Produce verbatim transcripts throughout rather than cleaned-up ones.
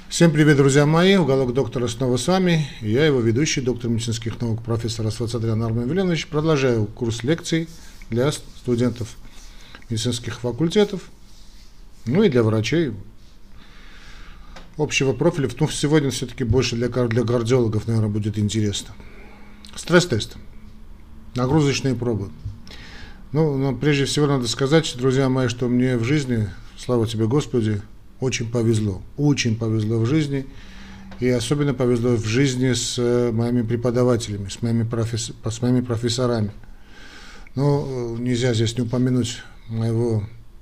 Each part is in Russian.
Всем привет, друзья мои! Уголок доктора снова с вами. Я его ведущий, доктор медицинских наук, профессор Асватсатрян Армен Виленович. Продолжаю курс лекций для студентов медицинских факультетов, ну и для врачей общего профиля. Ну, сегодня все-таки больше для, для кардиологов, наверное, будет интересно. Стресс-тест. Нагрузочные пробы. Ну, но прежде всего надо сказать, друзья мои, что мне в жизни, слава тебе, Господи, очень повезло. Очень повезло в жизни. И особенно повезло в жизни с моими преподавателями, с моими, профессор, с моими профессорами. Но нельзя здесь не упомянуть моего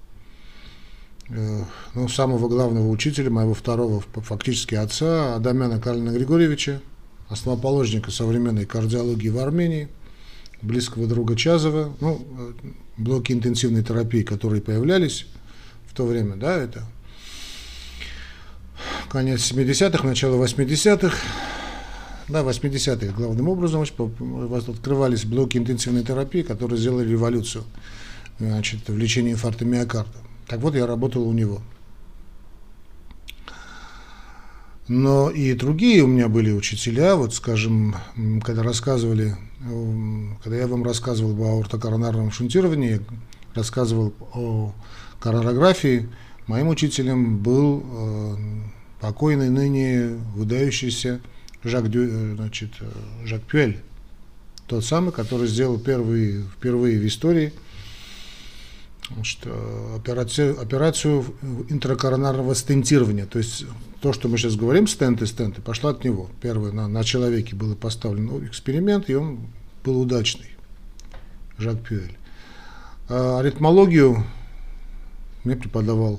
ну, самого главного учителя, моего второго фактически отца, Адамяна Карлина Григорьевича, основоположника современной кардиологии в Армении, близкого друга Чазова. Ну, блоки интенсивной терапии, которые появлялись в то время, да, это конец семидесятых, начало восьмидесятых, да, восьмидесятых главным образом открывались блоки интенсивной терапии, которые сделали революцию, значит, в лечении инфаркта миокарда. Так вот, я работал у него. Но и другие у меня были учителя, вот, скажем, когда рассказывали, когда я вам рассказывал об аортокоронарном шунтировании, рассказывал о коронарографии, моим учителем был э, покойный ныне выдающийся Жак, Дю, значит, Жак Пюэль, тот самый, который сделал первый, впервые в истории что операцию, операцию интракоронарного стентирования. То есть то, что мы сейчас говорим, стенты, стенты, пошло от него. Первый на, на человеке был поставлен эксперимент, и он был удачный. Жак Пюэль. А аритмологию мне преподавал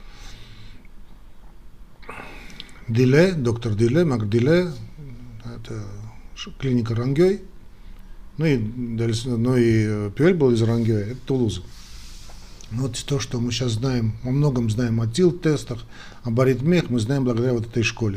Диле, доктор Диле, Мак Диле, это клиника Рангёй. Ну и, ну и Пюэль был из Рангёя, это Тулуза. Вот то, что мы сейчас знаем, во многом знаем о тил-тестах, об аритмиях, мы знаем благодаря вот этой школе.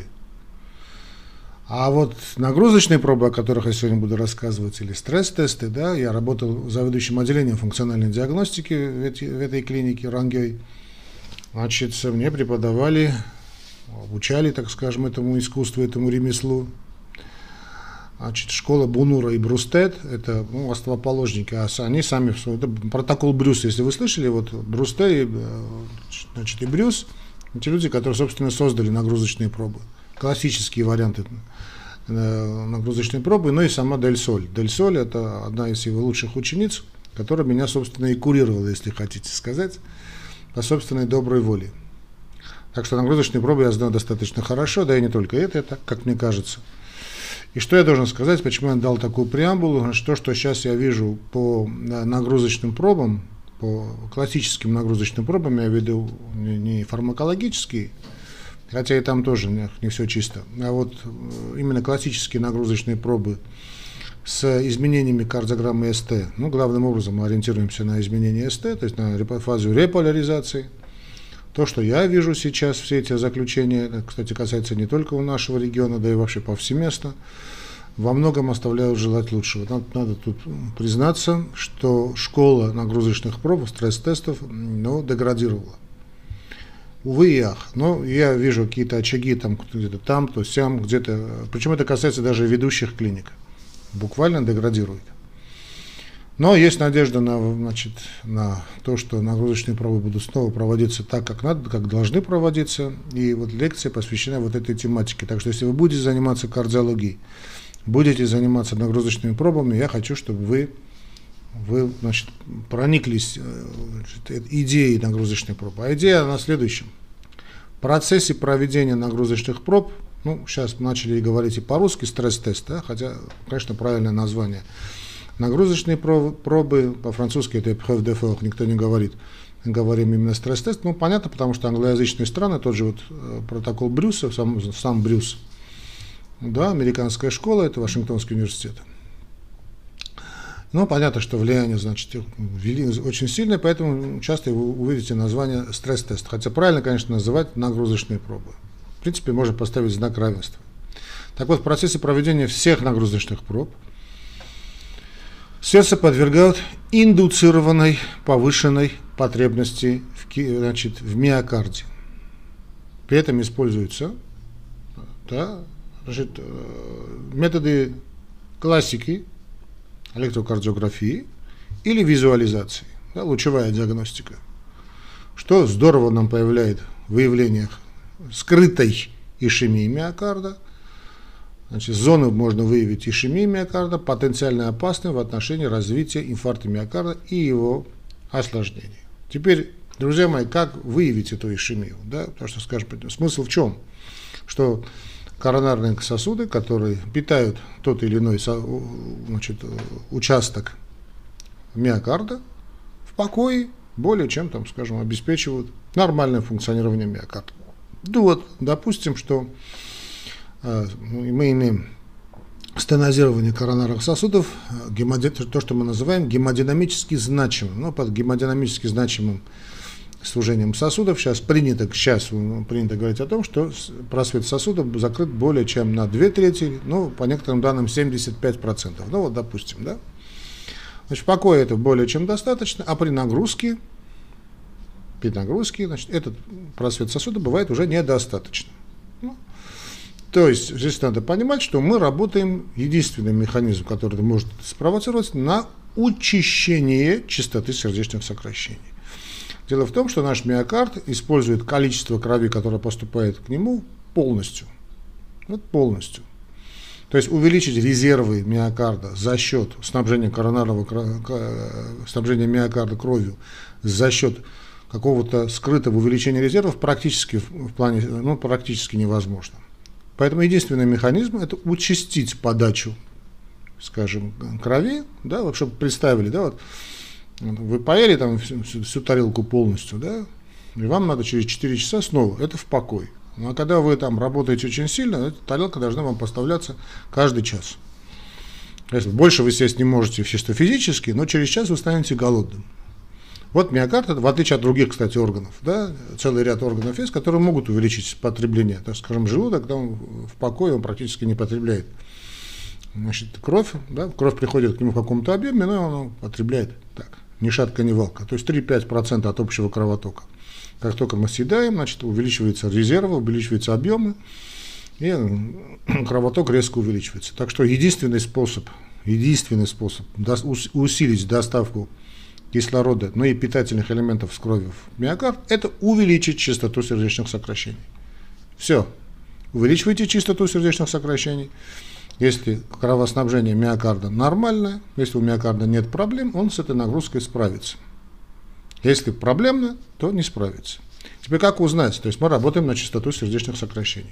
А вот нагрузочные пробы, о которых я сегодня буду рассказывать, или стресс-тесты, да, я работал заведующим отделением функциональной диагностики в, эти, в этой клинике Рангёй. Значит, мне преподавали, обучали, так скажем, этому искусству, этому ремеслу. Значит, школа Бунура и Брустет, это ну, основоположники, а они сами, это протокол Брюса, если вы слышали, вот Брустет и, значит, и Брюс, эти люди, которые, собственно, создали нагрузочные пробы, классические варианты нагрузочной пробы, ну и сама Дель Соль. Дель Соль это одна из его лучших учениц, которая меня, собственно, и курировала, если хотите сказать, по собственной доброй воле. Так что нагрузочные пробы я знаю достаточно хорошо, да и не только это, это как мне кажется. И что я должен сказать, почему я дал такую преамбулу, что, что сейчас я вижу по нагрузочным пробам, по классическим нагрузочным пробам, я веду не фармакологические, хотя и там тоже не, не все чисто, а вот именно классические нагрузочные пробы с изменениями кардиограммы эс тэ. Ну, главным образом мы ориентируемся на изменения эс тэ, то есть на фазу реполяризации. То, что я вижу сейчас, все эти заключения, кстати, касается не только у нашего региона, да и вообще повсеместно, во многом оставляют желать лучшего. Надо, надо тут признаться, что школа нагрузочных проб, стресс-тестов, ну, деградировала. Увы и ах. Но я вижу какие-то очаги там, где-то там, то сям, где-то. Причем это касается даже ведущих клиник. Буквально деградирует. Но есть надежда на, значит, на то, что нагрузочные пробы будут снова проводиться так, как надо, как должны проводиться. И вот лекция посвящена вот этой тематике. Так что если вы будете заниматься кардиологией, будете заниматься нагрузочными пробами, я хочу, чтобы вы, вы значит, прониклись значит, идеей нагрузочной пробы. А идея она в следующем. В процессе проведения нагрузочных проб, ну, сейчас начали говорить и по-русски стресс-тест, да, хотя, конечно, правильное название. Нагрузочные пробы, по-французски это épreuve d'effort, никто не говорит. Говорим именно стресс-тест. Ну, понятно, потому что англоязычные страны, тот же вот протокол Брюса, сам, сам Брюс, да, американская школа, это Вашингтонский университет. Ну, понятно, что влияние, значит, очень сильное, поэтому часто вы увидите название стресс-тест. Хотя правильно, конечно, называть нагрузочные пробы. В принципе, можно поставить знак равенства. Так вот, в процессе проведения всех нагрузочных проб сердце подвергают индуцированной повышенной потребности в, значит, в миокарде. При этом используется да, значит, методы классики, электрокардиографии или визуализации, да, лучевая диагностика, что здорово нам появляет в выявлениях скрытой ишемии миокарда. Значит, зоны можно выявить ишемии миокарда, потенциально опасны в отношении развития инфаркта миокарда и его осложнений. Теперь, друзья мои, как выявить эту ишемию? Да? Потому что, скажем, смысл в чем? Что коронарные сосуды, которые питают тот или иной, значит, участок миокарда, в покое более чем, там, скажем, обеспечивают нормальное функционирование миокарда. Ну вот, допустим, что мы имеем стенозирование коронарных сосудов, то, что мы называем гемодинамически значимым. Ну, под гемодинамически значимым сужением сосудов сейчас принято, сейчас принято говорить о том, что просвет сосудов закрыт более чем на две трети, ну, по некоторым данным, семьдесят пять процентов. Ну, вот, допустим, да. Значит, в покое это более чем достаточно, а при нагрузке, при нагрузке, значит, этот просвет сосуда бывает уже недостаточно. Ну, то есть здесь надо понимать, что мы работаем, единственный механизм, который может спровоцировать, на учащение частоты сердечных сокращений. Дело в том, что наш миокард использует количество крови, которое поступает к нему, полностью. Вот полностью. То есть увеличить резервы миокарда за счет снабжения коронарного снабжения миокарда кровью за счет какого-то скрытого увеличения резервов практически в плане, ну, практически невозможно. Поэтому единственный механизм – это участить подачу, скажем, крови, да, вот чтобы представили, да, вот вы поели там всю, всю, всю тарелку полностью, да, и вам надо через четыре часа снова, это в покой. Ну, а когда вы там работаете очень сильно, эта тарелка должна вам поставляться каждый час. Если больше вы съесть не можете чисто физически, но через час вы станете голодным. Вот миокард, в отличие от других, кстати, органов, да, целый ряд органов есть, которые могут увеличить потребление. Так скажем, желудок, когда он в покое, он практически не потребляет. Значит, кровь, да, кровь приходит к нему в каком-то объеме, но он потребляет так, ни шатка, ни валка. То есть три-пять процентов от общего кровотока. Как только мы съедаем, значит, увеличиваются резервы, увеличиваются объемы, и кровоток резко увеличивается. Так что единственный способ, единственный способ усилить доставку кислорода, но и питательных элементов с крови в миокард, это увеличить частоту сердечных сокращений. Все. Увеличивайте частоту сердечных сокращений. Если кровоснабжение миокарда нормальное, если у миокарда нет проблем, он с этой нагрузкой справится. Если проблемно, то не справится. Теперь как узнать? То есть мы работаем на частоту сердечных сокращений.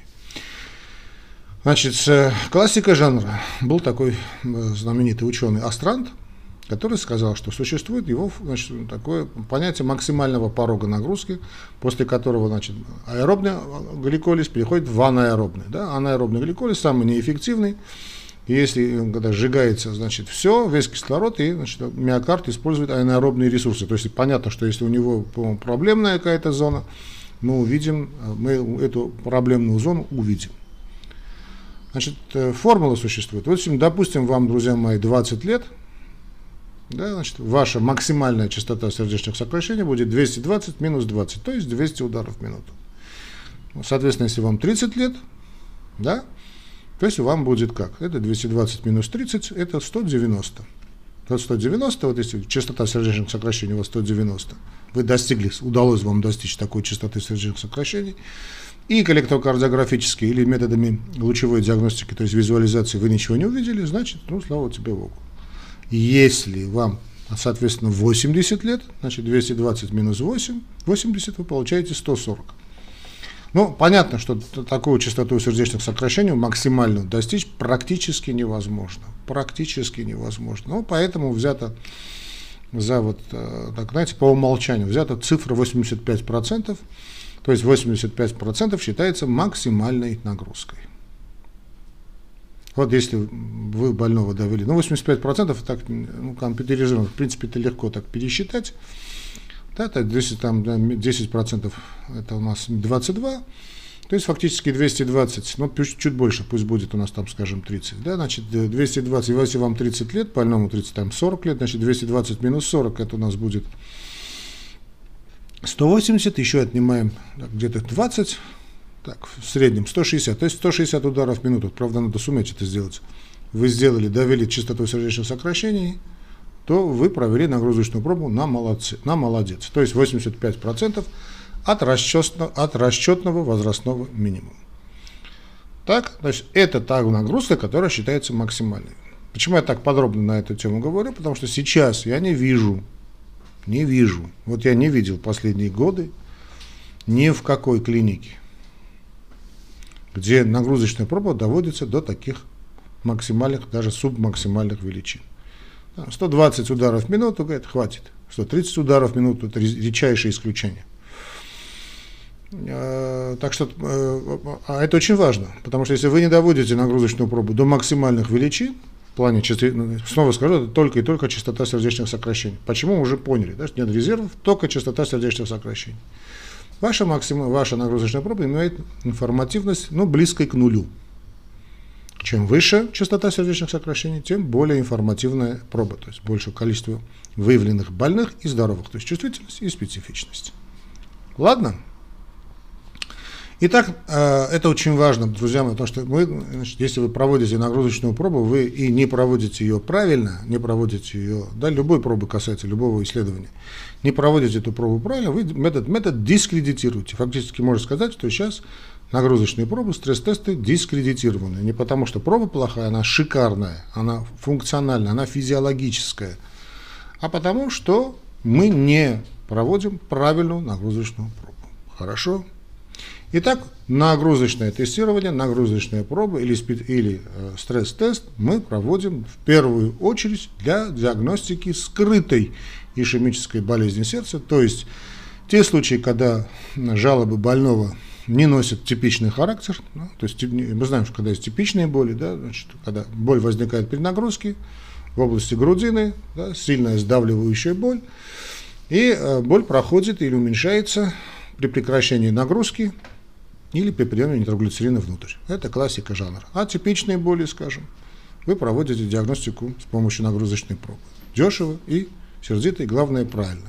Значит, классика жанра. Был такой знаменитый ученый Острант, который сказал, что существует его, значит, такое понятие максимального порога нагрузки, после которого, значит, аэробный гликолиз переходит в анаэробный. Да? Анаэробный гликолиз самый неэффективный. И если когда сжигается, значит, все, весь кислород, и, значит, миокард использует анаэробные ресурсы. То есть понятно, что если у него проблемная какая-то зона, мы увидим, мы эту проблемную зону увидим. Значит, формула существует. Вот, допустим, вам, друзья мои, двадцать лет, да, значит, ваша максимальная частота сердечных сокращений будет двести двадцать минус двадцать, то есть двести ударов в минуту. Соответственно, если вам тридцать лет, да, то есть вам будет как? Это двести двадцать минус тридцать, это сто девяносто. Вот сто девяносто, вот если частота сердечных сокращений у вас сто девяносто, вы достигли, удалось вам достичь такой частоты сердечных сокращений, и электрокардиографически или методами лучевой диагностики, то есть визуализации, вы ничего не увидели, значит, ну, слава тебе Богу. Если вам, соответственно, восемьдесят лет, значит, двести двадцать минус восемь, восемьдесят, вы получаете сто сорок. Ну, понятно, что такую частоту сердечных сокращений максимальную достичь практически невозможно. Практически невозможно. Ну, поэтому взято за вот, так, знаете, по умолчанию, взята цифра восемьдесят пять процентов, то есть восемьдесят пять процентов считается максимальной нагрузкой. Вот если вы больного довели, ну, восемьдесят пять процентов так, ну, компьютеризировано, в принципе, это легко так пересчитать. Да, то есть там десять процентов это у нас двадцать два, то есть фактически двести двадцать, ну, чуть больше, пусть будет у нас там, скажем, тридцать. Да, значит, двести двадцать, если вам тридцать лет, больному тридцать, там сорок лет, значит, двести двадцать минус сорок, это у нас будет сто восемьдесят, еще отнимаем где-то двадцать, так, в среднем сто шестьдесят, то есть сто шестьдесят ударов в минуту, правда, надо суметь это сделать. Вы сделали, довели частоту сердечных сокращений, то вы провели нагрузочную пробу на, молодцы, на молодец. То есть восемьдесят пять процентов от расчетного, от расчетного возрастного минимума. Так, значит, это та нагрузка, которая считается максимальной. Почему я так подробно на эту тему говорю? Потому что сейчас я не вижу, не вижу, вот я не видел последние годы ни в какой клинике, где нагрузочная проба доводится до таких максимальных, даже субмаксимальных величин. сто двадцать ударов в минуту, говорит, хватит. сто тридцать ударов в минуту – это редчайшее исключение. Так что а это очень важно, потому что если вы не доводите нагрузочную пробу до максимальных величин, в плане частоты, снова скажу, это только и только частота сердечных сокращений. Почему мы уже поняли, да, что нет резервов, только частота сердечных сокращений. Ваша, максим, ваша нагрузочная проба имеет информативность, ну, близкой к нулю. Чем выше частота сердечных сокращений, тем более информативная проба, то есть больше количество выявленных больных и здоровых, то есть чувствительность и специфичность. Ладно? Итак, это очень важно, друзья мои, потому что мы, значит, если вы проводите нагрузочную пробу, вы и не проводите ее правильно, не проводите ее, да, любой пробы касается любого исследования, не проводите эту пробу правильно, вы метод, метод дискредитируете. Фактически можно сказать, что сейчас нагрузочные пробы, стресс-тесты дискредитированы. Не потому, что проба плохая, она шикарная, она функциональная, она физиологическая, а потому, что мы не проводим правильную нагрузочную пробу. Хорошо? Итак, нагрузочное тестирование, нагрузочная проба или, или э, стресс-тест мы проводим в первую очередь для диагностики скрытой ишемической болезни сердца, то есть те случаи, когда жалобы больного не носят типичный характер, да, то есть мы знаем, что когда есть типичные боли, да, значит, когда боль возникает при нагрузке в области грудины, да, сильная сдавливающая боль, и э, боль проходит или уменьшается при прекращении нагрузки или при приеме нитроглицерина внутрь. Это классика жанра. А типичные боли, скажем, вы проводите диагностику с помощью нагрузочной пробы. Дешево и сердито, и главное, правильно.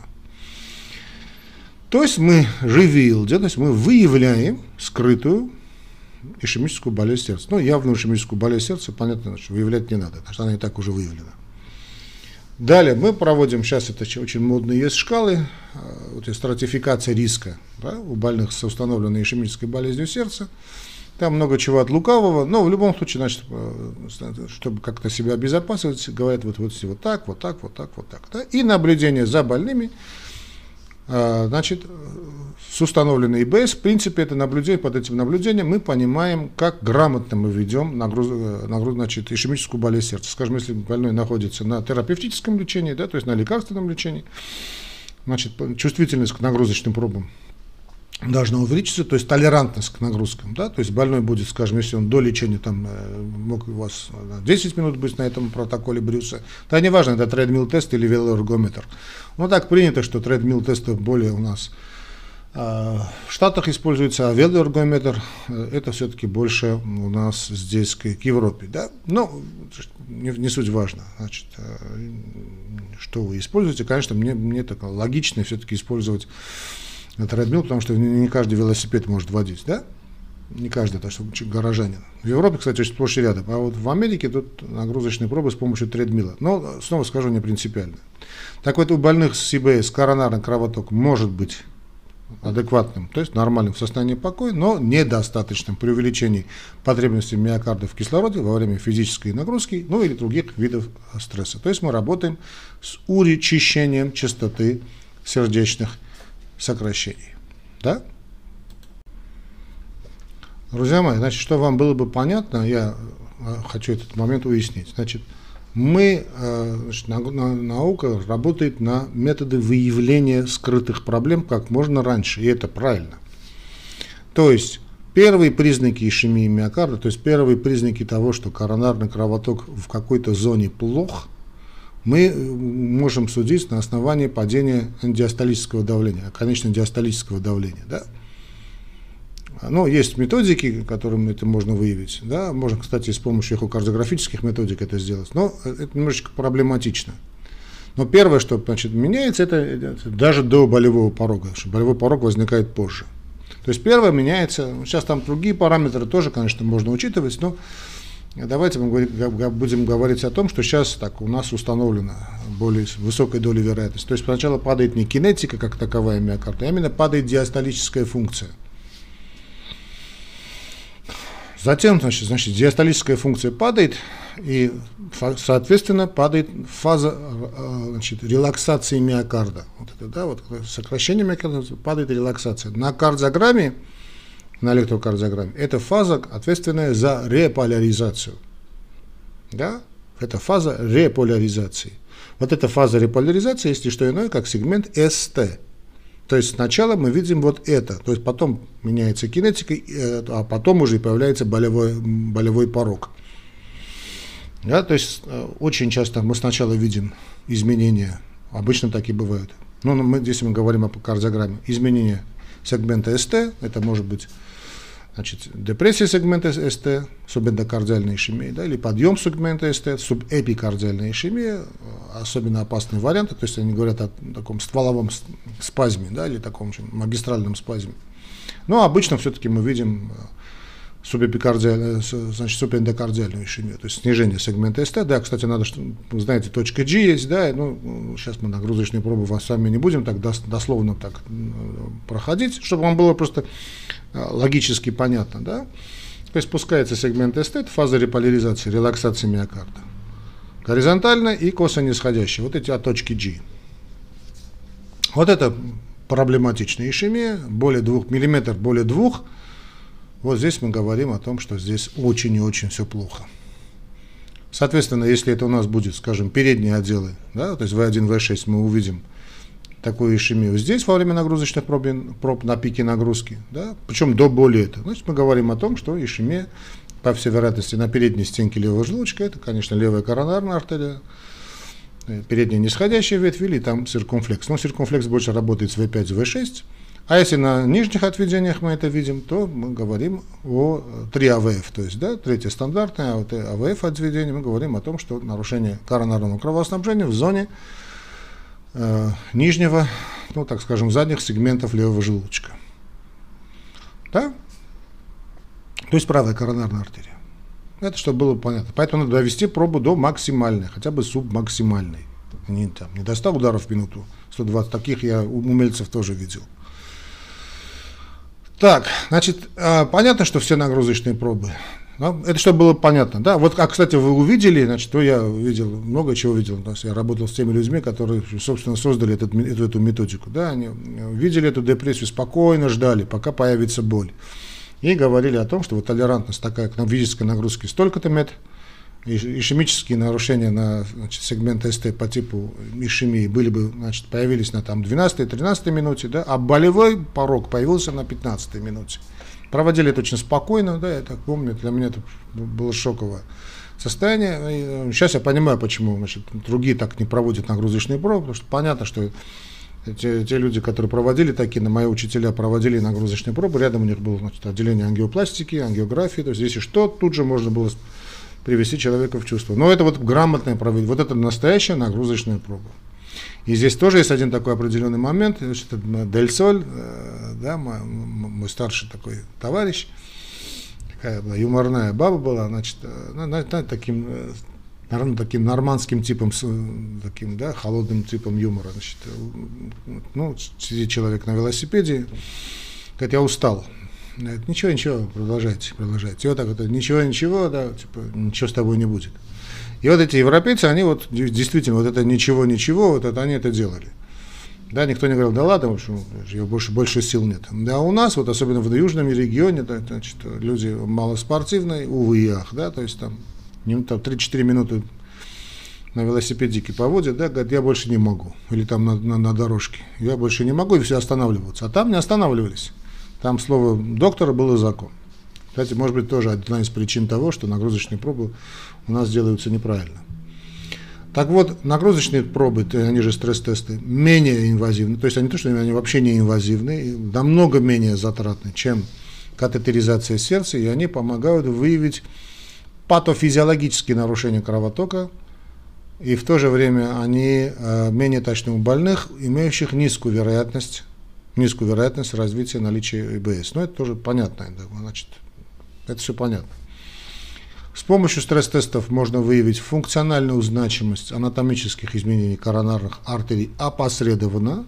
То есть мы reveal, то есть мы выявляем скрытую ишемическую болезнь сердца. Ну, явную ишемическую болезнь сердца, понятно, что выявлять не надо, потому что она и так уже выявлена. Далее мы проводим, сейчас это очень модные есть шкалы, вот есть стратификация риска, да, у больных с установленной ишемической болезнью сердца. Там много чего от лукавого, но в любом случае, значит, чтобы как-то себя обезопасивать, говорят вот, вот, вот так, вот так, вот так, вот так. Да? И наблюдение за больными, значит, с установленной ИБС, в принципе, это наблюдение, под этим наблюдением мы понимаем, как грамотно мы ведем нагруз, нагруз, значит, ишемическую болезнь сердца. Скажем, если больной находится на терапевтическом лечении, да, то есть на лекарственном лечении, значит, чувствительность к нагрузочным пробам должна увеличиться, то есть толерантность к нагрузкам, да, то есть больной будет, скажем, если он до лечения там мог у вас десять минут быть на этом протоколе Брюса, да, неважно, это тредмилл тест или велоэргометр. Но так принято, что тредмилл тесты более у нас э, в Штатах используется, а велоэргометр это все-таки больше у нас здесь к, к Европе, да, но не, не суть важно, значит, э, что вы используете, конечно, мне, мне так логично все-таки использовать тредмилл, потому что не каждый велосипед может водить, да? Не каждый, так что горожанин. В Европе, кстати, очень сплошь и рядом. А вот в Америке тут нагрузочные пробы с помощью тредмилла. Но, снова скажу, не принципиально. Так вот, у больных с ИБС коронарный кровоток может быть адекватным, то есть нормальным в состоянии покоя, но недостаточным при увеличении потребности миокарда в кислороде во время физической нагрузки, ну или других видов стресса. То есть мы работаем с урочищением частоты сердечных сокращений. Да? Друзья мои, значит, что вам было бы понятно, я хочу этот момент уяснить. Значит, мы, значит, наука работает на методы выявления скрытых проблем как можно раньше, и это правильно. То есть первые признаки ишемии миокарда, то есть первые признаки того, что коронарный кровоток в какой-то зоне плох, мы можем судить на основании падения диастолического давления, конечно, диастолического давления. Да? Ну, есть методики, которыми это можно выявить. Да? Можно, кстати, с помощью эхокардиографических методик это сделать, но это немножечко проблематично. Но первое, что, значит, меняется, это даже до болевого порога, что болевой порог возникает позже. То есть первое меняется, сейчас там другие параметры тоже, конечно, можно учитывать, но давайте мы будем говорить о том, что сейчас так у нас установлена более высокая доля вероятности. То есть сначала падает не кинетика как таковая миокарда, а именно падает диастолическая функция. Затем, значит, значит, диастолическая функция падает, и, соответственно, падает фаза, значит, релаксации миокарда. Вот это, да, вот сокращение миокарда, падает релаксация. На кардиограмме, на электрокардиограмме, это фаза, ответственная за реполяризацию. Да? Это фаза реполяризации. Вот эта фаза реполяризации есть не что иное, как сегмент эс тэ. То есть сначала мы видим вот это, то есть потом меняется кинетика, а потом уже появляется болевой, болевой порог. Да, то есть очень часто мы сначала видим изменения, обычно так и бывает. Но мы, здесь мы говорим о кардиограмме, изменения сегмента эс тэ, это может быть, значит, депрессия сегмента эс тэ, субэндокардиальная ишемия, да, или подъем сегмента эс тэ, субэпикардиальная ишемия, особенно опасные варианты, то есть они говорят о таком стволовом спазме, да, или таком же магистральном спазме. Но обычно все-таки мы видим субэпикардиальную, значит, субэндокардиальную ишемию, то есть снижение сегмента эс тэ. Да, кстати, надо, что, вы знаете, точка G есть, да, ну, сейчас мы нагрузочные пробы с вами не будем так дословно так проходить, чтобы вам было просто логически понятно, да. То есть спускается сегмент эс тэ, это фаза реполяризации, релаксации миокарда. Горизонтально и косо нисходящая, вот эти от точки G. Вот это проблематичная ишемия, более двух миллиметров, более двух. Вот здесь мы говорим о том, что здесь очень и очень все плохо. Соответственно, если это у нас будет, скажем, передние отделы, да, то есть вэ один, вэ шесть, мы увидим такую ишемию здесь во время нагрузочных проб, проб на пике нагрузки, да, причем до боли это. Значит, мы говорим о том, что ишемия, по всей вероятности, на передней стенке левого желудочка, это, конечно, левая коронарная артерия, передняя нисходящая ветвь или там циркумфлекс. Но циркумфлекс больше работает с вэ пять, вэ шесть. А если на нижних отведениях мы это видим, то мы говорим о три а вэ эф, то есть, да, третье стандартное а вэ эф отведение, мы говорим о том, что нарушение коронарного кровоснабжения в зоне э, нижнего, ну, так скажем, задних сегментов левого желудочка. Да? То есть правая коронарная артерия. Это чтобы было понятно. Поэтому надо довести пробу до максимальной, хотя бы субмаксимальной. Не, там, не до ста ударов в минуту, сто двадцать, таких я у умельцев тоже видел. Так, значит, понятно, что все нагрузочные пробы. Это чтобы было понятно, да. Вот, а, кстати, вы увидели, значит, то я видел, много чего видел. То есть я работал с теми людьми, которые, собственно, создали этот, эту, эту методику. Да, они видели эту депрессию, спокойно ждали, пока появится боль. И говорили о том, что вот толерантность такая к физической нагрузке столько-то мет, ишемические нарушения на, значит, сегмент эс тэ по типу ишемии были бы, значит, появились на там двенадцатой-тринадцатой минуте, да, а болевой порог появился на пятнадцатой минуте. Проводили это очень спокойно, да, я так помню, для меня это было шоковое состояние. И сейчас я понимаю, почему, значит, другие так не проводят нагрузочные пробы, потому что понятно, что те, те люди, которые проводили такие, на мои учителя проводили нагрузочные пробы, рядом у них было, значит, отделение ангиопластики, ангиографии, то есть если что, тут же можно было привести человека в чувство. Но это вот грамотное проведение, вот это настоящая нагрузочная проба. И здесь тоже есть один такой определенный момент, это Дель Соль, да, мой, мой старший такой товарищ, такая была юморная баба была, значит, она, таким, наверное, таким нормандским типом, таким, да, холодным типом юмора, значит, ну, сидит человек на велосипеде, говорит, я устал. Ничего, ничего, продолжайте, продолжайте. И вот так вот, ничего, ничего, да, типа, ничего с тобой не будет. И вот эти европейцы, они вот действительно, вот это ничего, ничего, вот это они это делали. Да, никто не говорил, да ладно, в общем, больше, больше сил нет. Да, у нас, вот особенно в южном регионе, да, значит, люди малоспортивные, увы и ах, да, то есть там, там три-четыре минуты на велосипедике поводят, да, говорят, я больше не могу. Или там на, на, на дорожке, я больше не могу, и все останавливаются. А там не останавливались. Там слово доктора было закон. Кстати, может быть, тоже одна из причин того, что нагрузочные пробы у нас делаются неправильно. Так вот, нагрузочные пробы, они же стресс-тесты, менее инвазивны, то есть они то, что они вообще не инвазивны, намного менее затратны, чем катетеризация сердца, и они помогают выявить патофизиологические нарушения кровотока, и в то же время они менее точны у больных, имеющих низкую вероятность низкую вероятность развития наличия ИБС. Но это тоже понятно, значит, это все понятно. С помощью стресс-тестов можно выявить функциональную значимость анатомических изменений коронарных артерий опосредованно.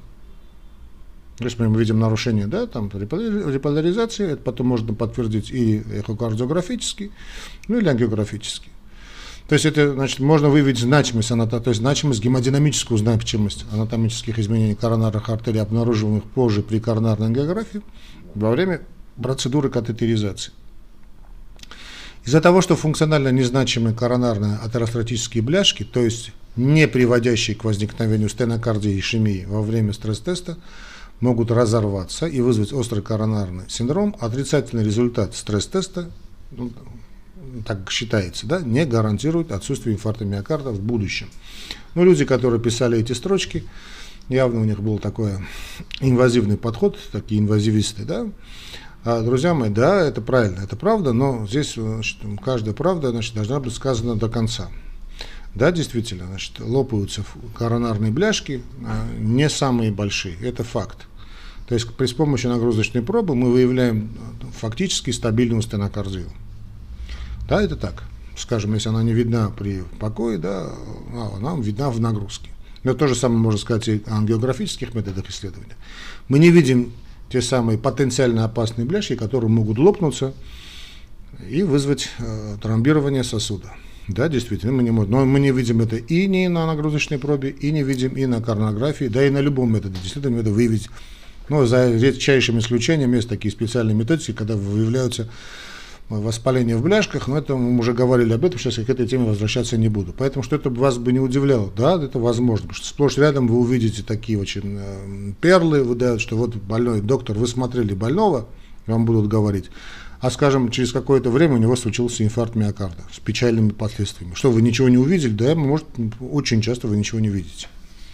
То есть мы видим нарушение, да, там реполяризации, это потом можно подтвердить и эхокардиографически, ну или ангиографически. То есть это, значит, можно выявить значимость, то есть значимость, гемодинамическую значимость анатомических изменений коронарных артерий, обнаруживаемых позже при коронарной ангиографии во время процедуры катетеризации. Из-за того, что функционально незначимые коронарные атеросклеротические бляшки, то есть не приводящие к возникновению стенокардии и ишемии во время стресс-теста, могут разорваться и вызвать острый коронарный синдром, отрицательный результат стресс-теста, ну, так считается, да, не гарантирует отсутствие инфаркта миокарда в будущем. Но люди, которые писали эти строчки, явно у них был такой инвазивный подход, такие инвазивисты, да. А, друзья мои, да, это правильно, это правда, но здесь, значит, каждая правда, значит, должна быть сказана до конца. Да, действительно, значит, лопаются коронарные бляшки, не самые большие, это факт. То есть при помощи нагрузочной пробы мы выявляем фактически стабильную стенокардию. Да, это так. Скажем, если она не видна при покое, да, она видна в нагрузке. Но то же самое можно сказать и о ангиографических методах исследования. Мы не видим те самые потенциально опасные бляшки, которые могут лопнуться и вызвать э, тромбирование сосуда. Да, действительно, мы не можем. Но мы не видим это и не на нагрузочной пробе, и не видим и на коронарографии, да и на любом методе. Действительно, это выявить, ну, за редчайшим исключением, есть такие специальные методики, когда выявляются воспаление в бляшках, но это мы уже говорили об этом, сейчас я к этой теме возвращаться не буду. Поэтому, что это вас бы не удивляло, да, это возможно, потому что сплошь рядом вы увидите такие очень э, перлы, выдают, что вот больной доктор, вы смотрели больного, вам будут говорить, а, скажем, через какое-то время у него случился инфаркт миокарда с печальными последствиями. Что, вы ничего не увидели? Да, может, очень часто вы ничего не видите.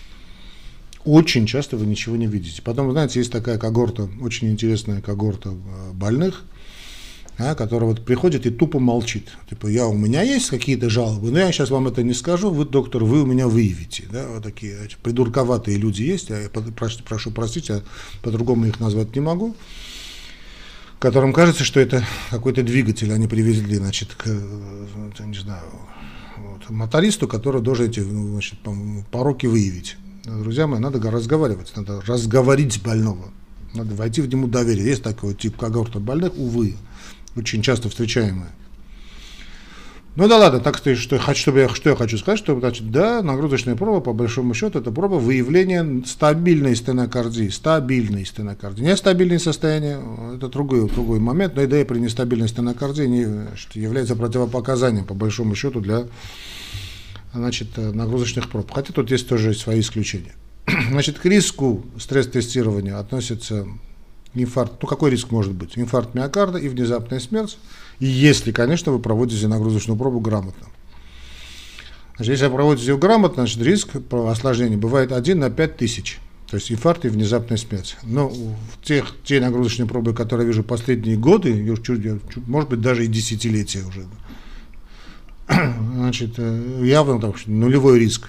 Очень часто вы ничего не видите. Потом, знаете, есть такая когорта, очень интересная когорта больных, а, который вот приходит и тупо молчит. Типа, я, у меня есть какие-то жалобы, но я сейчас вам это не скажу, вы, доктор, вы у меня выявите. Да, вот такие эти придурковатые люди есть, я прошу, прошу простить, я по-другому их назвать не могу, которым кажется, что это какой-то двигатель они привезли, значит, к, не знаю, вот, мотористу, который должен эти, значит, пороки выявить. Друзья мои, надо разговаривать, надо разговорить больного, надо войти в нему доверие. Есть такой тип когорта больных, увы, очень часто встречаемые. Ну да ладно, так что, что, что, я, что я хочу сказать, что, значит, да, нагрузочная проба, по большому счету, это проба выявления стабильной стенокардии, стабильной стенокардии. Нестабильное состояние, это другой, другой момент, но и да и при нестабильной стенокардии не, значит, является противопоказанием, по большому счету, для, значит, нагрузочных проб. Хотя тут есть тоже свои исключения. Значит, к риску стресс-тестирования относится инфаркт, ну какой риск может быть? Инфаркт миокарда и внезапная смерть, и если, конечно, вы проводите нагрузочную пробу грамотно. Значит, если вы проводите ее грамотно, значит, риск осложнений бывает один на пять тысяч, то есть инфаркт и внезапная смерть. Но в тех, те нагрузочные пробы, которые я вижу последние годы, может быть, даже и десятилетия уже, значит, явно там, нулевой риск.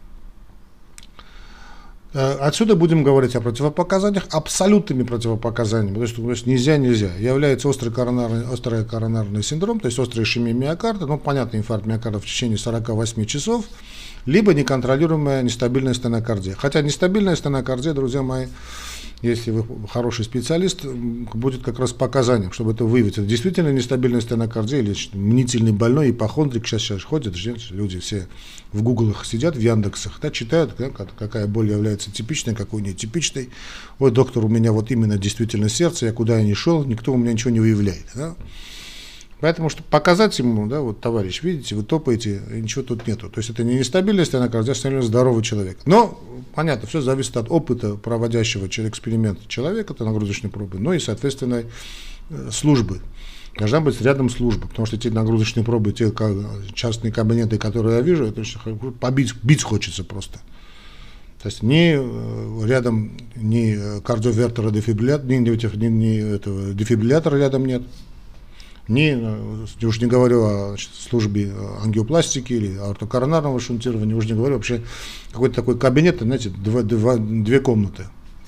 Отсюда будем говорить о противопоказаниях, абсолютными противопоказаниями, то есть, то есть нельзя, нельзя. Является острый коронарный, острый коронарный синдром, то есть острая ишемия миокарда, ну, понятно, инфаркт миокарда в течение сорока восьми часов, либо неконтролируемая нестабильная стенокардия. Хотя нестабильная стенокардия, друзья мои, если вы хороший специалист, будет как раз показанием, чтобы это выявить. Это действительно нестабильная стенокардия или мнительный больной, ипохондрик, сейчас, сейчас ходят, люди все в гуглах сидят, в Яндексах, да, читают, да, какая боль является типичной, какой нетипичной. Ой, доктор, у меня вот именно действительно сердце, я куда я ни шел, никто у меня ничего не выявляет. Да? Поэтому, чтобы показать ему, да, вот, товарищ, видите, вы топаете, и ничего тут нету. То есть это не нестабильная стенокардия, а абсолютно здоровый человек. Но, понятно, все зависит от опыта проводящего через эксперимент человека, это нагрузочной пробы, но и, соответственно, службы. Должна быть рядом служба, потому что те нагрузочные пробы, те частные кабинеты, которые я вижу, это побить, бить хочется просто. То есть ни рядом ни кардиовертера, дефибриллятора, ни, ни, ни этого дефибриллятора рядом нет. Не, уж не говорю о, значит, службе ангиопластики или ортокоронарного шунтирования, уж не говорю вообще какой-то такой кабинет, знаете, два, два, две комнаты.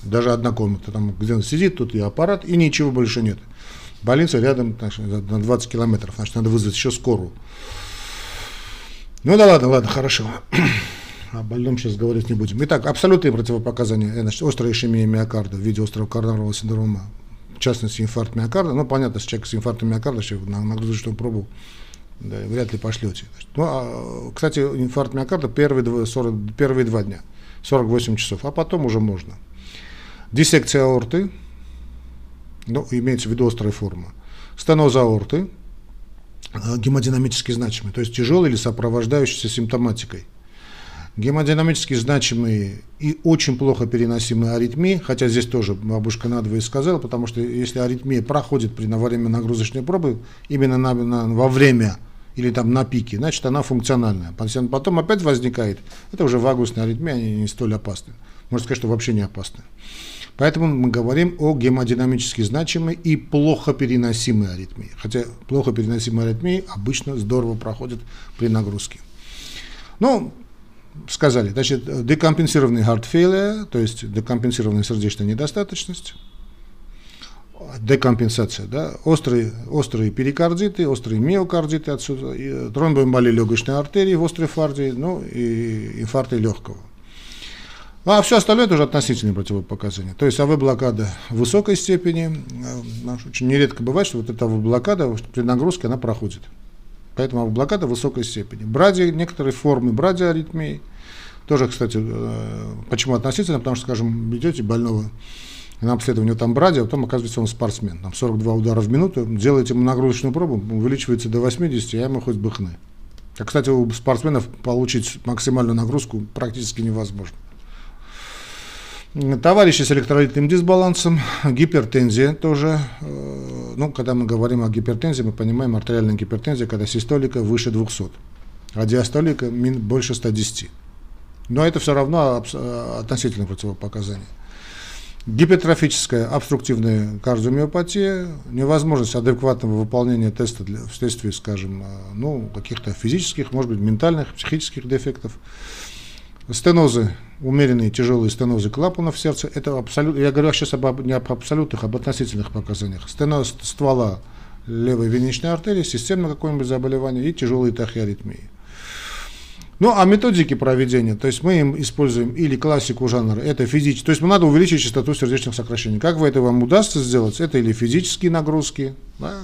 даже одна комната, там где он сидит, тут и аппарат, и ничего больше нет. Больница рядом, значит, на двадцать километров, значит, надо вызвать еще скорую. Ну да ладно, ладно, хорошо. О больном сейчас говорить не будем. Итак, абсолютные противопоказания, значит, острая ишемия миокарда в виде острого коронарного синдрома, в частности, инфаркт миокарда. Ну, понятно, если человек с инфарктом миокарда, на нагрузочную пробу, да, вряд ли пошлете. Ну, а, кстати, инфаркт миокарда первые, сорок, первые два дня, сорок восемь часов, а потом уже можно. Диссекция аорты, ну, имеется в виду острая форма. Стеноз аорты, гемодинамически значимый, то есть тяжелый или сопровождающийся симптоматикой. Гемодинамически значимые и очень плохо переносимые аритмии, хотя здесь тоже бабушка надвое сказала, потому что если аритмия проходит при, во время нагрузочной пробы, именно на, на, во время или там на пике, значит она функциональная. Потом опять возникает, это уже вагусные аритмии, они не столь опасны. Можно сказать, что вообще не опасны. Поэтому мы говорим о гемодинамически значимой и плохо переносимой аритмии. Хотя плохо переносимые аритмии обычно здорово проходят при нагрузке. Ну, сказали, значит, декомпенсированный heart failure, то есть декомпенсированная сердечная недостаточность, декомпенсация, да, острые, острые перикардиты, острые миокардиты, отсюда, тромбоэмболия легочной артерии в острой фарде, ну и инфаркты легкого. А все остальное тоже относительные противопоказания. То есть АВ-блокада в высокой степени, очень нередко бывает, что вот эта АВ-блокада при нагрузке она проходит. Поэтому АВ-блокада в высокой степени. Бради, некоторые формы брадиаритмии, тоже, кстати, почему относительно, потому что, скажем, идете больного на обследование, там бради, а потом оказывается он спортсмен, там сорок два удара в минуту, делаете ему нагрузочную пробу, увеличивается до восьмидесяти, а ему хоть бы хны. А, кстати, у спортсменов получить максимальную нагрузку практически невозможно. Товарищи с электролитным дисбалансом, гипертензия тоже. Ну, когда мы говорим о гипертензии, мы понимаем артериальная гипертензия, когда систолика выше двухсот, а диастолика больше ста десяти. Но это все равно относительно противопоказания. Гипертрофическая обструктивная кардиомиопатия, невозможность адекватного выполнения теста для, вследствие, скажем, ну, каких-то физических, может быть, ментальных, психических дефектов. Стенозы, умеренные тяжелые стенозы клапанов сердца, это абсолютно, я говорю сейчас об, не об абсолютных, об относительных показаниях. Стеноз ствола левой венечной артерии, системное какое-нибудь заболевание и тяжелые тахиаритмии. Ну, а методики проведения, то есть мы им используем или классику жанра, это физически, то есть надо увеличить частоту сердечных сокращений. Как вы это вам удастся сделать? Это или физические нагрузки, да,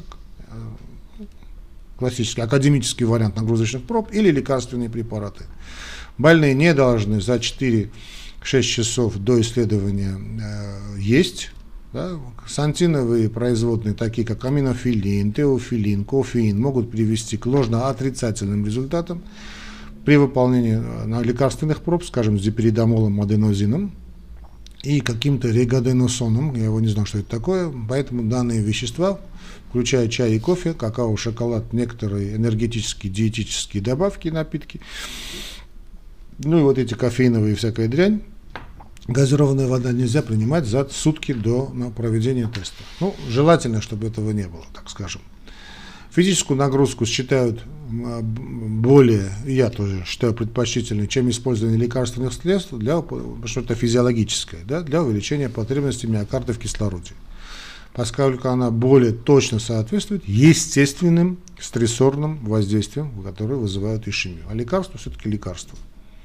классический академический вариант нагрузочных проб, или лекарственные препараты. Больные не должны за четыре-шесть часов до исследования э, есть. Да. Сантиновые производные, такие как аминофилин, теофилин, кофеин, могут привести к ложно-отрицательным результатам при выполнении э, лекарственных проб, скажем, с диперидомолом, аденозином и каким-то регаденосоном. Я его не знаю, что это такое. Поэтому данные вещества, включая чай и кофе, какао, шоколад, некоторые энергетические, диетические добавки, напитки, ну и вот эти кофеиновые всякая дрянь, газированная вода нельзя принимать за сутки до проведения теста. Ну, желательно, чтобы этого не было, так скажем. Физическую нагрузку считают более, я тоже считаю предпочтительной, чем использование лекарственных средств, для, потому что это физиологическое, да, для увеличения потребности миокарда в кислороде, поскольку она более точно соответствует естественным стрессорным воздействиям, которые вызывают ишемию. А лекарство все-таки лекарство.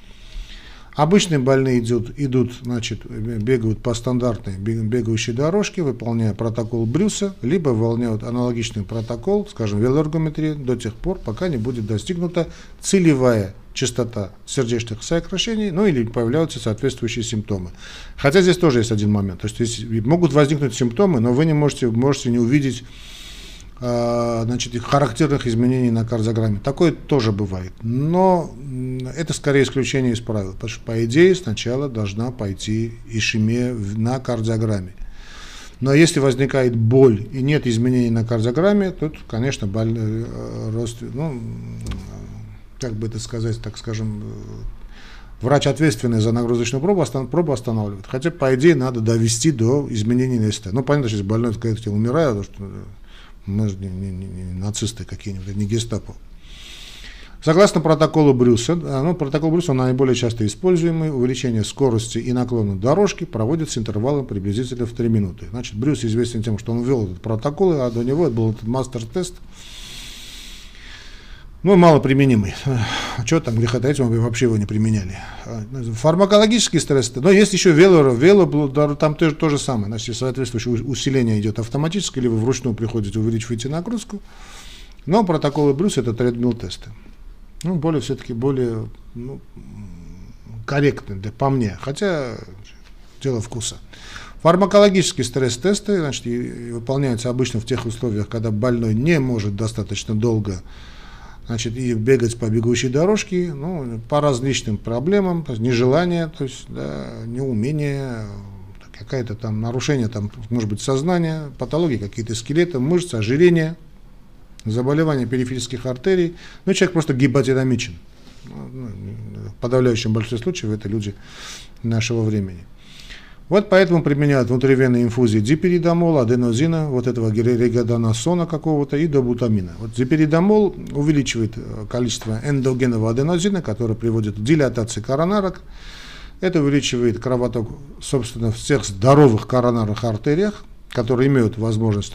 Обычные больные идут, идут, значит, бегают по стандартной бегающей дорожке, выполняя протокол Брюса, либо выполняют аналогичный протокол, скажем, велоэргометрии, до тех пор, пока не будет достигнута целевая частота сердечных сокращений, ну или появляются соответствующие симптомы. Хотя здесь тоже есть один момент, то есть могут возникнуть симптомы, но вы не можете, можете не увидеть значит, характерных изменений на кардиограмме. Такое тоже бывает. Но это скорее исключение из правил, потому что, по идее, сначала должна пойти ишемия на кардиограмме. Но если возникает боль и нет изменений на кардиограмме, тут, конечно, боль, рост, ну, как бы это сказать, так скажем, врач, ответственный за нагрузочную пробу, пробу останавливает. Хотя, по идее, надо довести до изменений на СТ. Ну, понятно, что если больной, сказать, я умираю, потому что мы же не, не, не, не нацисты какие-нибудь, не гестапо. Согласно протоколу Брюса, ну, протокол Брюса наиболее часто используемый, увеличение скорости и наклона дорожки проводится с интервалом приблизительно в три минуты. Значит, Брюс известен тем, что он ввел этот протокол, а до него был этот мастер-тест, ну, мало применимый. Что там греха таить, мы вообще его не применяли. Фармакологический стресс, но есть еще вело, вело там тоже то же самое. Значит, соответствующее усиление идет автоматически, или вы вручную приходите, увеличиваете нагрузку. Но протоколы Брюса — это тредмилл-тесты. Ну, более все-таки более ну, корректны, да, по мне, хотя дело вкуса. Фармакологические стресс-тесты, значит, выполняются обычно в тех условиях, когда больной не может достаточно долго, значит, и бегать по бегущей дорожке, ну, по различным проблемам, то есть нежелание, то есть да, неумение, какое-то там нарушение, там, может быть, сознания, патологии какие-то скелета, мышц, ожирение, заболевания периферических артерий, ну, человек просто гиподинамичен. В подавляющем большинстве случаев это люди нашего времени. Вот поэтому применяют внутривенные инфузии диперидомола, аденозина, вот этого регадонасона какого-то и добутамина. Вот диперидомол увеличивает количество эндогенного аденозина, который приводит к дилатации коронарок. Это увеличивает кровоток, собственно, в всех здоровых коронарных артериях, которые имеют возможность,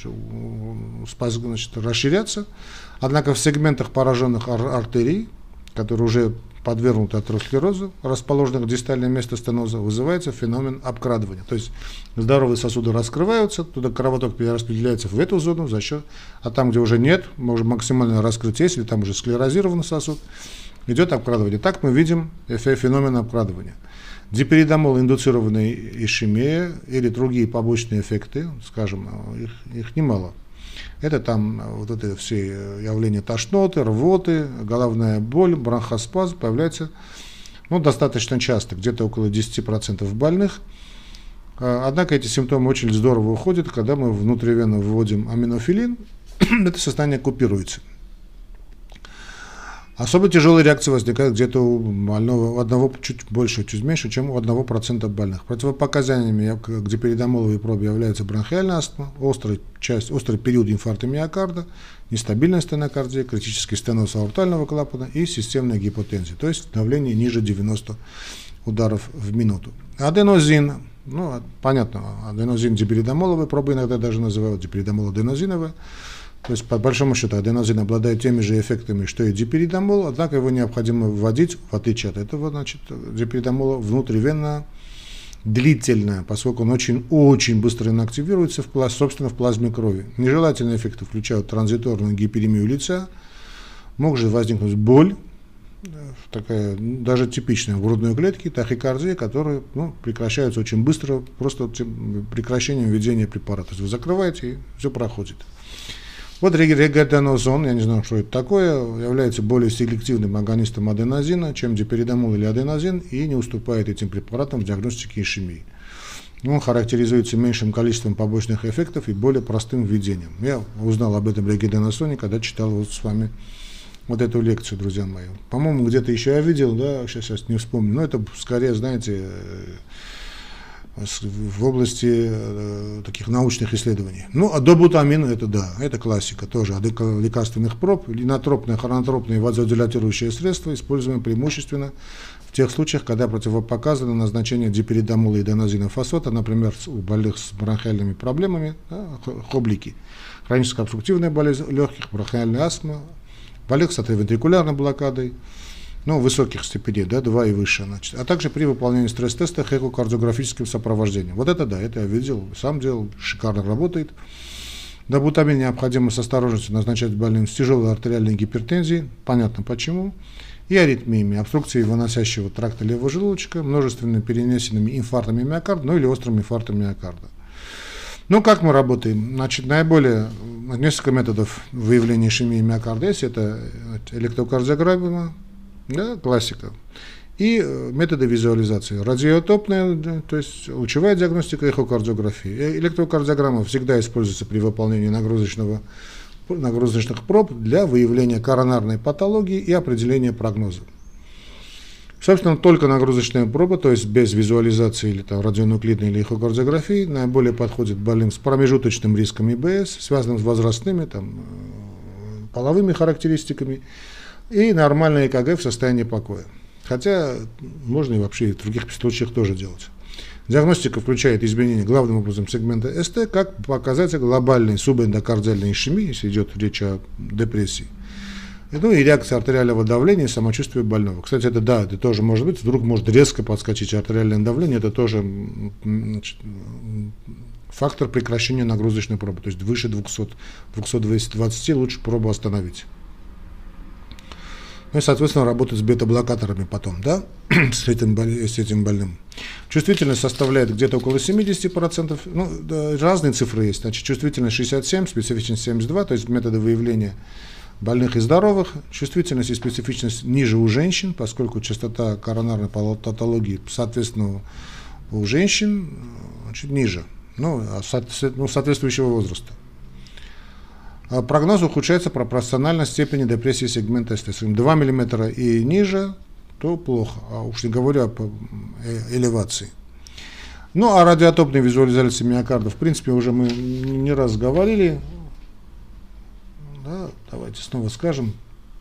значит, расширяться. Однако в сегментах пораженных артерий, которые уже подвергнуты атеросклерозу, расположенных в дистальное место стеноза, вызывается феномен обкрадывания. То есть здоровые сосуды раскрываются, туда кровоток перераспределяется в эту зону, за счет, а там, где уже нет, может максимально раскрыть, если там уже склерозированный сосуд, идет обкрадывание. Так мы видим феномен обкрадывания. Диперидомол, индуцированная ишемия или другие побочные эффекты, скажем, их, их немало. Это там вот это все явления тошноты, рвоты, головная боль, бронхоспазм появляется, ну, достаточно часто, где-то около десяти процентов больных. Однако эти симптомы очень здорово уходят, когда мы внутривенно вводим аминофилин, это состояние купируется. Особо тяжелые реакции возникают где-то у больного, у одного чуть больше, чуть меньше, чем у одного процента больных. Противопоказаниями к диперидомоловой пробе являются бронхиальная астма, острый, часть, острый период инфаркта миокарда, нестабильная стенокардия, критический стеноз аортального клапана и системная гипотензия, то есть давление ниже девяноста ударов в минуту. Аденозин, ну, понятно, аденозин диперидомоловой пробы иногда даже называют диперидомол-аденозиновая. То есть, по большому счету, аденозин обладает теми же эффектами, что и диперидомол, однако его необходимо вводить, в отличие от этого, значит, диперидомола, внутривенно, длительно, поскольку он очень-очень быстро инактивируется, в, собственно, в плазме крови. Нежелательные эффекты включают транзиторную гиперемию лица, может возникнуть боль, такая даже типичная в грудной клетке, тахикардия, которая, ну, прекращается очень быстро, просто прекращением введения препарата. То есть вы закрываете, и все проходит. Вот регадоназон, я не знаю, что это такое, является более селективным агонистом аденозина, чем диперидомол или аденозин, и не уступает этим препаратам в диагностике ишемии. Он характеризуется меньшим количеством побочных эффектов и более простым введением. Я узнал об этом регадоназоне, когда читал вот с вами вот эту лекцию, друзья мои. По-моему, где-то еще я видел, да, сейчас, сейчас не вспомню, но это скорее, знаете, в области э, таких научных исследований. Ну, а добутамин, это да, это классика тоже, от лекарственных проб, инотропные, хронотропные вазодилатирующие средства, используемые преимущественно в тех случаях, когда противопоказано назначение диперидомола и аденозинофосфата, например, у больных с бронхиальными проблемами, да, хоблики, хроническая обструктивная болезнь легких, бронхиальная астма, больных с атриовентрикулярной блокадой, ну, высоких степеней, да, два и выше, значит, а также при выполнении стресс-теста эхокардиографическим сопровождением. Вот это да, это я видел, сам делал, шикарно работает. Добутамин необходимо с осторожностью назначать больным с тяжелой артериальной гипертензией, понятно почему, и аритмиями, обструкцией выносящего тракта левого желудочка, множественными перенесенными инфарктами миокарда, ну или острым инфарктом миокарда. Ну, как мы работаем? Значит, наиболее, несколько методов выявления ишемии миокарда есть, это электрокардиограмма, да, классика, и методы визуализации. Радиотопная, то есть лучевая диагностика, эхокардиография. Электрокардиограмма всегда используется при выполнении нагрузочного, нагрузочных проб для выявления коронарной патологии и определения прогноза. Собственно, только нагрузочная проба, то есть без визуализации или там, радионуклидной или эхокардиографии, наиболее подходит больным с промежуточным риском ИБС, связанным с возрастными, там, половыми характеристиками. и нормальное ЭКГ в состоянии покоя. Хотя можно и вообще в других случаях тоже делать. Диагностика включает изменение главным образом сегмента СТ как показатель глобальной субэндокардиальной ишемии, если идет речь о депрессии. Ну и реакция артериального давления и самочувствия больного. Кстати, это да, это тоже может быть. Вдруг может резко подскочить артериальное давление, это тоже, значит, фактор прекращения нагрузочной пробы. То есть выше двухсот — двухсот двадцати лучше пробу остановить. Ну и, соответственно, работать с бета-блокаторами потом, да, с этим, с этим больным. Чувствительность составляет где-то около семидесяти процентов. Ну, да, разные цифры есть. Значит, чувствительность шестьдесят семь, специфичность семьдесят два, то есть методы выявления больных и здоровых. Чувствительность и специфичность ниже у женщин, поскольку частота коронарной патологии, соответственно, у женщин значит, ниже, ну, соответствующего возраста. Прогноз ухудшается пропорционально степени депрессии сегмента СТ. Если два миллиметра и ниже, то плохо, а уж не говоря о элевации. Ну, а радиотопной визуализации миокарда, в принципе, уже мы не раз говорили. Да, давайте снова скажем.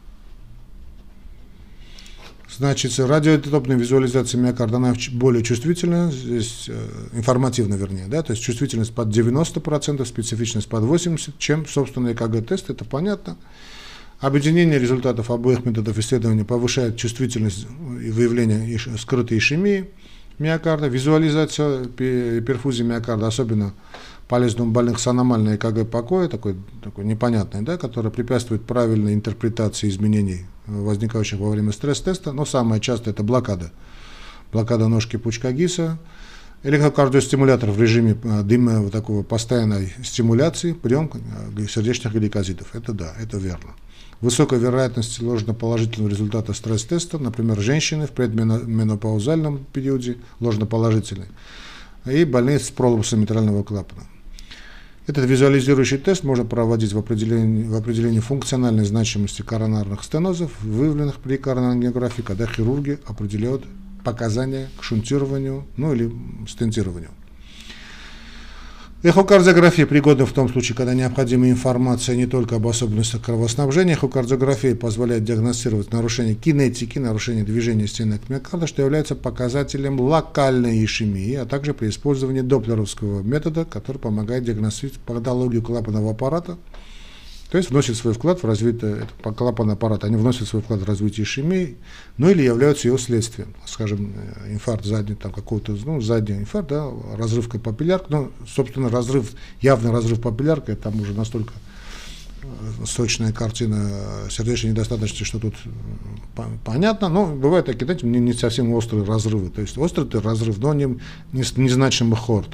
Значит, радиотопная визуализация миокарда, она более чувствительна, здесь э, информативно, вернее, да, то есть чувствительность под девяносто процентов, специфичность под восемьдесят процентов, чем, собственно, ЭКГ-тест, это понятно. Объединение результатов обоих методов исследования повышает чувствительность и выявление иш, скрытой ишемии миокарда, визуализация перфузии миокарда, особенно полезна у больных с аномальной ЭКГ покоя, такой, такой непонятный, да, который препятствует правильной интерпретации изменений, возникающих во время стресс-теста, но самое частое это блокада. Блокада ножки пучка Гисса, электрокардиостимулятор в режиме дыма, вот такого постоянной стимуляции, прием сердечных гликозидов. Это да, это верно. Высокая вероятность ложноположительного результата стресс-теста, например, женщины в предменопаузальном периоде ложноположительный, и больные с пролапсом митрального клапана. Этот визуализирующий тест можно проводить в определении, в определении функциональной значимости коронарных стенозов, выявленных при коронарной ангиографии, когда хирурги определяют показания к шунтированию, ну или стентированию. Эхокардиография пригодна в том случае, когда необходима информация не только об особенностях кровоснабжения. Эхокардиография позволяет диагностировать нарушение кинетики, нарушение движения стенок миокарда, что является показателем локальной ишемии, а также при использовании доплеровского метода, который помогает диагностировать патологию клапанного аппарата, то есть вносит свой вклад в развитие клапанного аппарата, они вносят свой вклад в развитие ишемии, ну или являются ее следствием, скажем, инфаркт задний, там какого-то, ну, задний инфаркт, да, разрыв папиллярки, ну, собственно, разрыв, явный разрыв папиллярки, там уже настолько сочная картина сердечной недостаточности, что тут понятно, но бывают такие, знаете, не, не совсем острые разрывы, то есть острый разрыв, но не, не, незначимый хорд.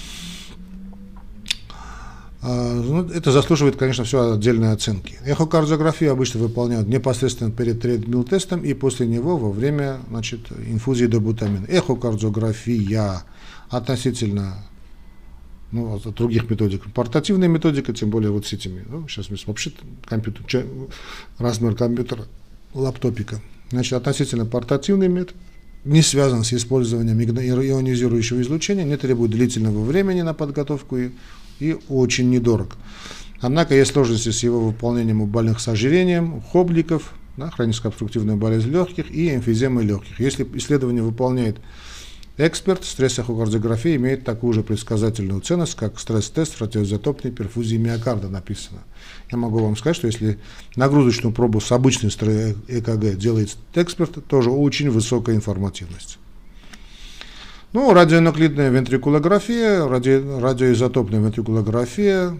Это заслуживает, конечно, все отдельной оценки. Эхокардиографию обычно выполняют непосредственно перед тредмилл-тестом и после него во время, значит, инфузии добутамина. Эхокардиография относительно, ну, от других методик. Портативная методика, тем более вот с этими. Ну, сейчас вообще компьютер, размер компьютера, лаптопика. Значит, относительно портативный метод не связан с использованием ионизирующего излучения, не требует длительного времени на подготовку и и очень недорог. Однако есть сложности с его выполнением у больных с ожирением, у хобликов, да, хроническая обструктивная болезнь легких и эмфиземы легких. Если исследование выполняет эксперт, стресс-эхокардиография имеет такую же предсказательную ценность, как стресс-тест радиоизотопной перфузии миокарда написано. Я могу вам сказать, что если нагрузочную пробу с обычной ЭКГ делает эксперт, тоже очень высокая информативность. Ну, радионуклидная вентрикулография, ради, радиоизотопная вентрикулография,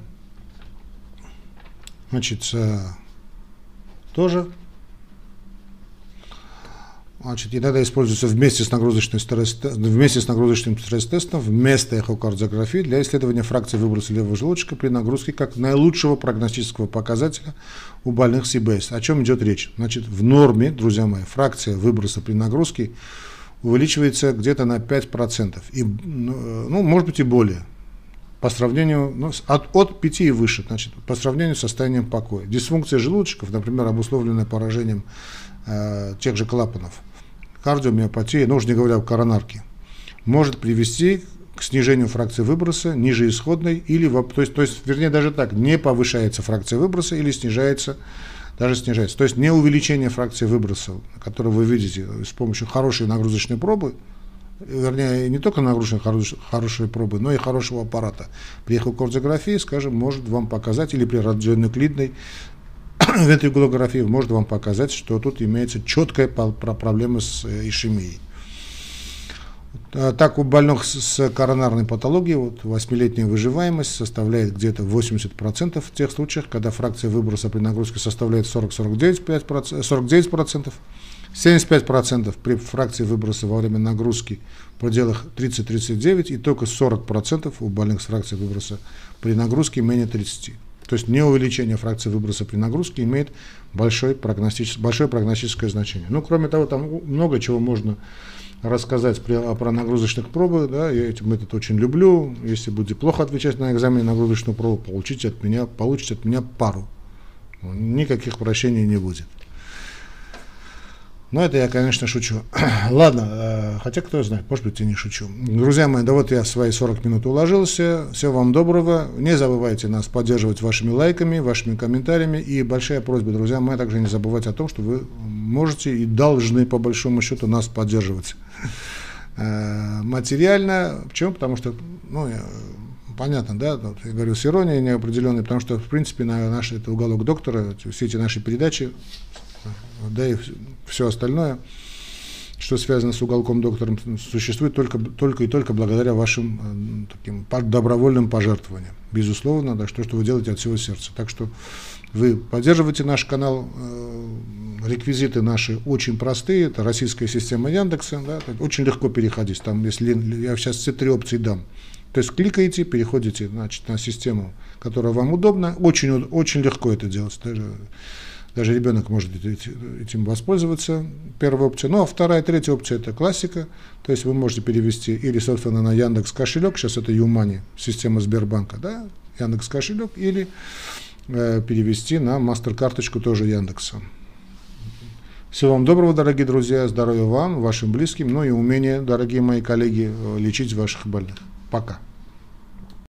значит, тоже, значит, иногда используется вместе с нагрузочным стресс, вместе с нагрузочным стресс-тестом, вместо эхокардиографии для исследования фракции выброса левого желудочка при нагрузке как наилучшего прогностического показателя у больных с и бэ эс. О чем идет речь? Значит, в норме, друзья мои, фракция выброса при нагрузке увеличивается где-то на пять процентов, и, ну, может быть и более, по сравнению, ну, от, от пяти и выше, значит, по сравнению с состоянием покоя. Дисфункция желудочков, например, обусловленная поражением э, тех же клапанов, кардиомиопатия, ну, уже не говоря о коронарке, может привести к снижению фракции выброса ниже исходной, или, то есть, то есть, вернее, даже так, не повышается фракция выброса или снижается даже снижается. То есть не увеличение фракции выброса, которое вы видите с помощью хорошей нагрузочной пробы, вернее, не только нагрузочной хорошей, хорошей пробы, но и хорошего аппарата. При эхокардиографии, скажем, может вам показать, или при радионуклидной вентрикулографии может вам показать, что тут имеется четкая проблема с ишемией. Так, у больных с коронарной патологией вот, восьмилетняя выживаемость составляет где-то восемьдесят процентов в тех случаях, когда фракция выброса при нагрузке составляет сорок — сорок девять процентов, семьдесят пять процентов при фракции выброса во время нагрузки в пределах тридцать — тридцать девять процентов и только сорок процентов у больных с фракцией выброса при нагрузке менее тридцати. То есть неувеличение фракции выброса при нагрузке имеет большое прогностическое, большое прогностическое значение. Ну, кроме того, там много чего можно рассказать при, про нагрузочных пробы. Да, я этим метод очень люблю. Если будете плохо отвечать на экзамене нагрузочную пробу, получите от меня, получите от меня пару. Никаких прощений не будет. Но это я, конечно, шучу. Ладно, хотя кто знает, может быть, и не шучу. Друзья мои, да вот я в свои сорок минут уложился. Всего вам доброго. Не забывайте нас поддерживать вашими лайками, вашими комментариями. И большая просьба, друзья мои, также не забывайте о том, что вы можете и должны, по большому счету, нас поддерживать материально. Почему? Потому что, ну, понятно, да, вот я говорю с иронией неопределенной, потому что, в принципе, на наш это уголок доктора, все эти наши передачи, да и все остальное, что связано с уголком доктором, существует только, только и только благодаря вашим таким добровольным пожертвованиям. Безусловно, да, что, что вы делаете от всего сердца. Так что вы поддерживаете наш канал, реквизиты наши очень простые, это российская система Яндекса, да, очень легко переходить, там, если я сейчас все три опции дам. То есть кликаете, переходите, значит, на систему, которая вам удобна, очень, очень легко это делать. Даже, Даже ребенок может этим воспользоваться, первая опция. Ну, а вторая, третья опция – это классика. То есть вы можете перевести или, собственно, на Яндекс кошелек, сейчас это Юмани, система Сбербанка, да, Яндекс кошелек, или э, перевести на мастер-карточку тоже Яндекса. Всего вам доброго, дорогие друзья, здоровья вам, вашим близким, ну и умения, дорогие мои коллеги, лечить ваших больных. Пока.